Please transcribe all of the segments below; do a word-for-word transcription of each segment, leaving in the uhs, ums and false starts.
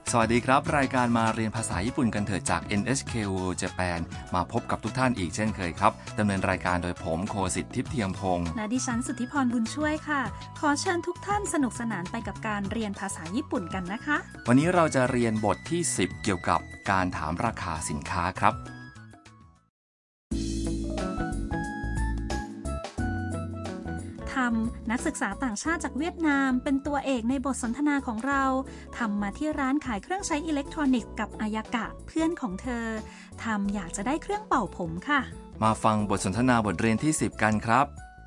สวัสดีครับรายการมาเรียนภาษาญี่ปุ่นกันเถิดจาก เอ็น เอช เค World Japan มาพบกับทุกท่านอีกเช่นเคยครับดำเนินรายการโดยผมโคสิทธิ์ทิพย์เทียมพงษ์และดิฉันสุทธิพรบุญช่วยค่ะขอเชิญทุกท่านสนุกสนานไปกับการเรียนภาษาญี่ปุ่นกันนะคะวันนี้เราจะเรียนบทที่สิบเกี่ยวกับการถามราคาสินค้าครับนักศึกษาต่างชาติจากเวียดนามเป็นตัวเอกในบทสนทนาของเราทำมาที่ร้านขายเครื่องใช้อิเล็กทรอนิกส์กับอายากะเพื่อนของเธอทำอยากจะได้เครื่องเป่าผมค่ะมาฟังบทสนทนาบทเรียนที่สิบกันครับ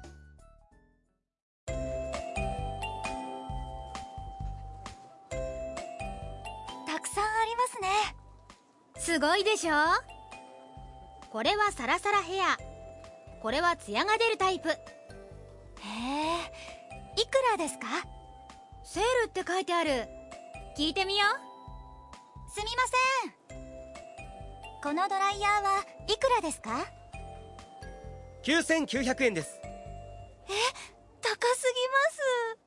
たくさんありますね。すごいでしょ。これはサラサラヘア。これはツヤが出るタイプ。へえ、いくらですか？セールって書いてある。聞いてみよう。すみません。このドライヤーはいくらですか？ きゅうせんきゅうひゃくえんです。 え、高すぎます。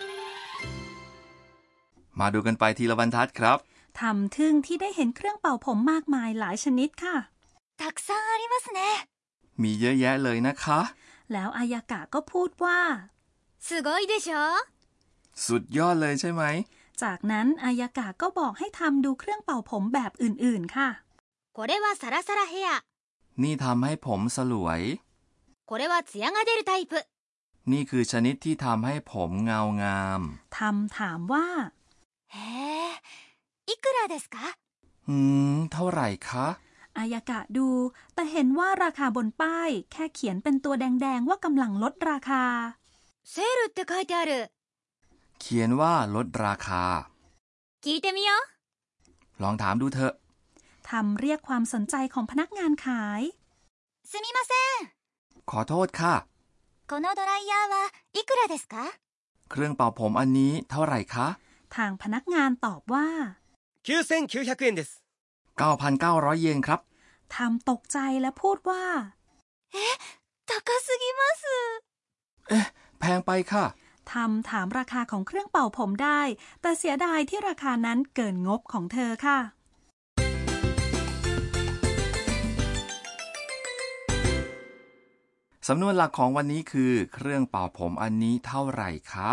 มาดูกันไปทีละบรรทัดครับทำทึ่งที่ได้เห็นเครื่องเป่าผมมากมายหลายชนิดค่ะたくさんありますね。 มีเยอะแยะเลยนะคะแล้วอายากะก็พูดว่าすごいでしょสุดยอดเลยใช่ไหมจากนั้นอายากะก็บอกให้ทำดูเครื่องเป่าผมแบบอื่นๆค่ะこれはサラサラヘアนี่ทำให้ผมสลวยこれはツヤが出るタイプนี่คือชนิดที่ทำให้ผมเงางามทำถามว่าへえいくらですかหืมเท่าไหร่คะอายากะดูแต่เห็นว่าราคาบนป้ายแค่เขียนเป็นตัวแดงๆว่ากำลังลดราคาセールって書いてあるเขียนว่าลดราคา聞いてみようลองถามดูเถอะทำเรียกความสนใจของพนักงานขายすみませんขอโทษค่ะこのドライヤーはいくらですかเครื่องเป่าผมอันนี้เท่าไหร่คะทางพนักงานตอบว่าきゅうせんきゅうひゃくえんですเก้าพันเก้าร้อย เยนครับทำตกใจและพูดว่าเอ๊ะ高すぎますเอ๊ะแพงไปค่ะทำถามราคาของเครื่องเป่าผมได้แต่เสียดายที่ราคานั้นเกินงบของเธอค่ะสำนวนหลักของวันนี้คือเครื่องเป่าผมอันนี้เท่าไหร่คะ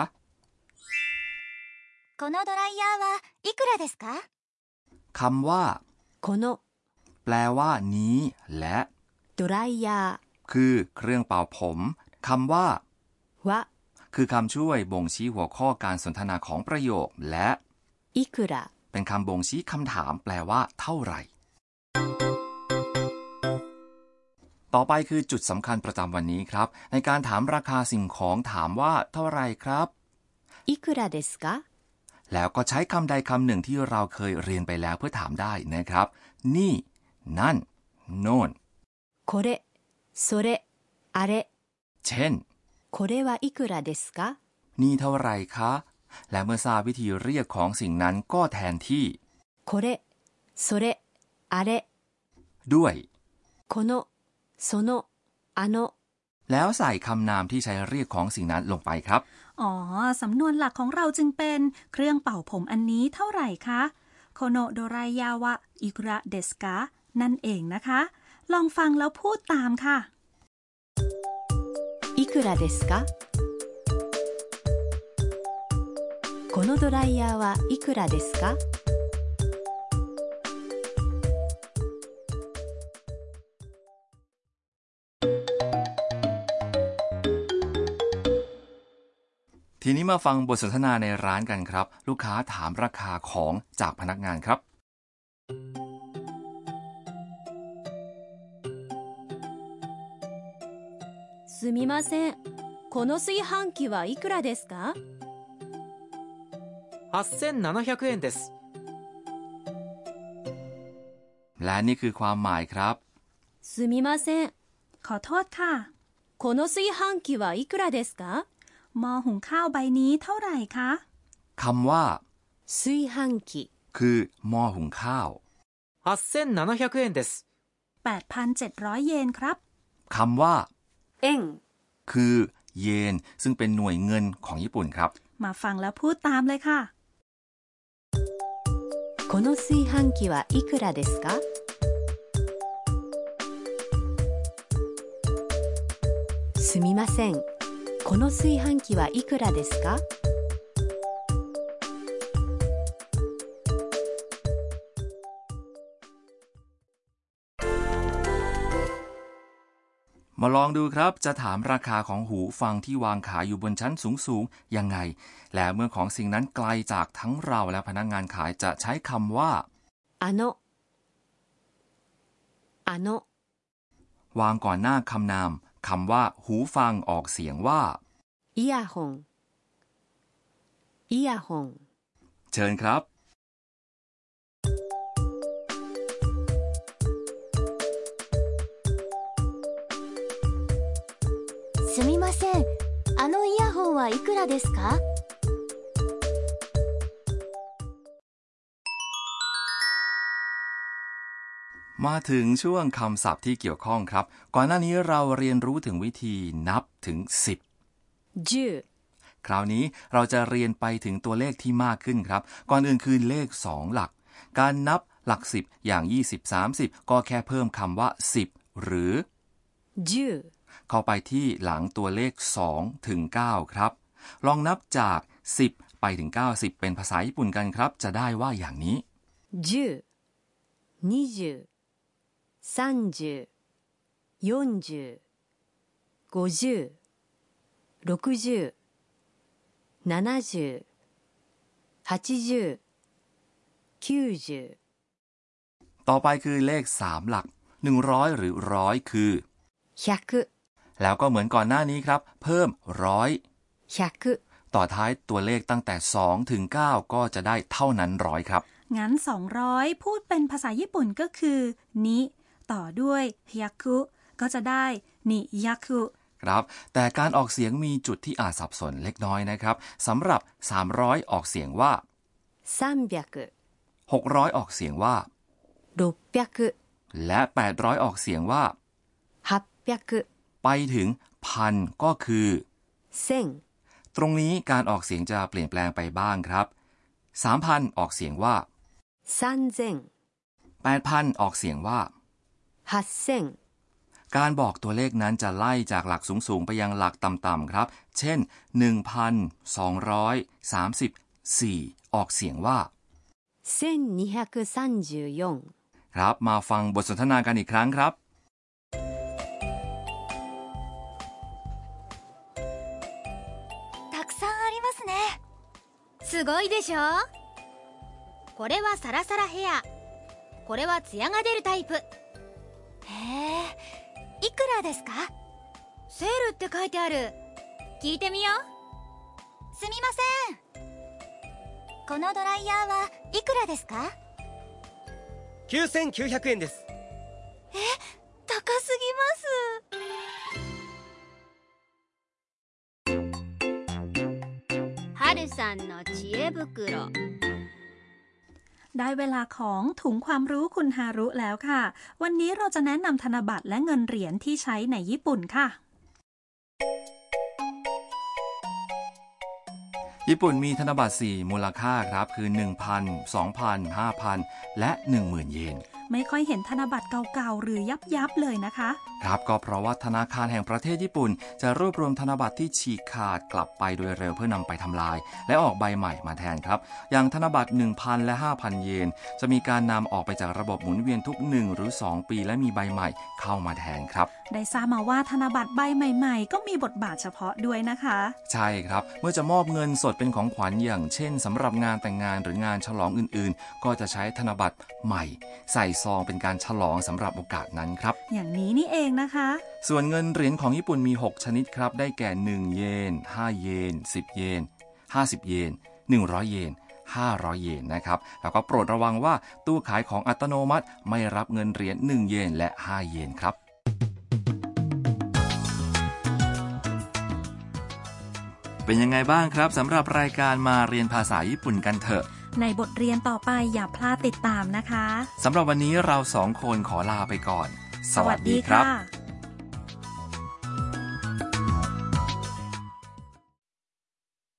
このドライヤーはいくらですかคำว่าこのแปลว่านี้และドライヤーคือเครื่องเป่าผมคำว่าはคือคำช่วยบ่งชี้หัวข้อการสนทนาของประโยคและいくらเป็นคำบ่งชี้คำถามแปลว่าเท่าไหร่ต่อไปคือจุดสำคัญประจำวันนี้ครับในการถามราคาสิ่งของถามว่าเท่าไหร่ครับいくらですかแล้วก็ใช้คำใดคำหนึ่งที่เราเคยเรียนไปแล้วเพื่อถามได้นะครับนี่นั่นโน่นこれそれあれเช่นこれはいくらですかนี่เท่าไหร่คะและเมื่อทราบวิธีเรียกของสิ่งนั้นก็แทนที่これそれあれด้วยこのそのあのแล้วใส่คำนามที่ใช้เรียกของสิ่งนั้นลงไปครับอ๋อสำนวนหลักของเราจึงเป็นเครื่องเป่าผมอันนี้เท่าไหร่คะโคโนโดรายาวะอิกุระเดสกะนั่นเองนะคะลองฟังแล้วพูดตามค่ะいくらですかこのドライヤーはいくらですかทีนี้มาฟังบทสนทนาในร้านกันครับลูกค้าถามราคาของจากพนักงานครับすみませんこの炊飯器はいくらですかはっせんななひゃくえんですและนี่คือความหมายครับすみませんขอโทษค่ะこの炊飯器はいくらですかหม้อหุงข้าวใบนี้เท่าไหร่คะคำว่า炊飯器คือหม้อหุงข้าวはっせんななひゃくえんですแปดพันเจ็ดร้อย เยนครับคำว่าเอ็งคือเยนซึ่งเป็นหน่วยเงินของญี่ปุ่นครับมาฟังแล้วพูดตามเลยค่ะここの炊飯器はいくらですかすみませんこの炊飯器はいくらですかมาลองดูครับจะถามราคาของหูฟังที่วางขายอยู่บนชั้นสูงๆยังไงและเมื่อของสิ่งนั้นไกลจากทั้งเราและพนักงานขายจะใช้คำว่าあのあのวางก่อนหน้าคำนามคำว่าหูฟังออกเสียงว่าイヤホンイヤホンเชิญครับすみませんあのイヤホンはいくらですかมาถึงช่วงคำศัพท์ที่เกี่ยวข้องครับก่อนหน้านี้เราเรียนรู้ถึงวิธีนับถึงสิบคราวนี้เราจะเรียนไปถึงตัวเลขที่มากขึ้นครับก่อนอื่นคือเลขสองหลักการนับหลักสิบอย่างยี่สิบ สามสิบก็แค่เพิ่มคำว่าสิบหรือเข้าไปที่หลังตัวเลขสองถึงเก้าครับลองนับจากสิบไปถึงเก้าสิบเป็นภาษาญี่ปุ่นกันครับจะได้ว่าอย่างนี้じゅう、にじゅう、さんじゅう、よんじゅう、ごじゅう、ろくじゅう、ななじゅう、はちじゅう、きゅうじゅうต่อไปคือเลขสามหลักหนึ่งร้อยหรือร้อยคือひゃくแล้วก็เหมือนก่อนหน้านี้ครับเพิ่มร้อยひゃくต่อท้ายตัวเลขตั้งแต่สองถึงเก้าก็จะได้เท่านั้นร้อยครับงั้นสองร้อยพูดเป็นภาษาญี่ปุ่นก็คือนิต่อด้วยฮิยาคุก็จะได้นิยาคุครับแต่การออกเสียงมีจุดที่อาจสับสนเล็กน้อยนะครับสำหรับสามร้อยออกเสียงว่าสามร้อยหกร้อยออกเสียงว่าหกร้อยและแปดร้อยออกเสียงว่าแปดร้อยไปถึงพันก็คือเซ็งตรงนี้การออกเสียงจะเปลี่ยนแปลงไปบ้างครับ สามพัน ออกเสียงว่าสามพันแปดพัน ออกเสียงว่าแปดพันการบอกตัวเลขนั้นจะไล่จากหลักสูงๆไปยังหลักต่ำๆครับเช่น หนึ่งพันสองร้อยสามสิบสี่ ออกเสียงว่าหนึ่งพันสองร้อยสามสิบสี่ครับมาฟังบทสนทนากันอีกครั้งครับたくさんありますねすごいでしょこれはサラサラヘアこれはツヤが出るタイプへえいくらですかセールって書いてある聞いてみようすみませんこのドライヤーはいくらですかきゅうせんきゅうひゃくえんですえ高すぎますはるさんの知恵袋ได้เวลาของถุงความรู้คุณฮารุแล้วค่ะวันนี้เราจะแนะนำธนบัตรและเงินเหรียญที่ใช้ในญี่ปุ่นค่ะญี่ปุ่นมีธนบัตรสี่มูลค่าครับคือ หนึ่งพัน สองพัน ห้าพัน และ หนึ่งหมื่น เยนไม่ค่อยเห็นธนบัตรเก่าๆหรือยับๆเลยนะคะครับก็เพราะว่าธนาคารแห่งประเทศญี่ปุ่นจะรวบรวมธนบัตรที่ฉีกขาดกลับไปโดยเร็วเพื่อนำไปทำลายและออกใบใหม่มาแทนครับอย่างธนบัตร หนึ่งพัน และ ห้าพัน เยนจะมีการนำออกไปจากระบบหมุนเวียนทุกหนึ่งหรือสองปีและมีใบใหม่เข้ามาแทนครับได้ทราบมาว่าธนบัตรใบใหม่ๆก็มีบทบาทเฉพาะด้วยนะคะใช่ครับเมื่อจะมอบเงินสดเป็นของขวัญอย่างเช่นสำหรับงานแต่งงานหรืองานฉลองอื่นๆก็จะใช้ธนบัตรใหม่ใส่ซองเป็นการฉลองสำหรับโอกาสนั้นครับอย่างนี้นี่เองนะคะส่วนเงินเหรียญของญี่ปุ่นมีหกชนิดครับได้แก่หนึ่งเยนห้าเยนสิบเยนห้าสิบเยนหนึ่งร้อยเยนห้าร้อยเยนนะครับแล้วก็โปรดระวังว่าตู้ขายของอัตโนมัติไม่รับเงินเหรียญหนึ่งเยนและห้าเยนครับเป็นยังไงบ้างครับสำหรับรายการมาเรียนภาษาญี่ปุ่นกันเถอะในบทเรียนต่อไปอย่าพลาดติดตามนะคะสำหรับวันนี้เราสองคนขอลาไปก่อนสวัสดีครับ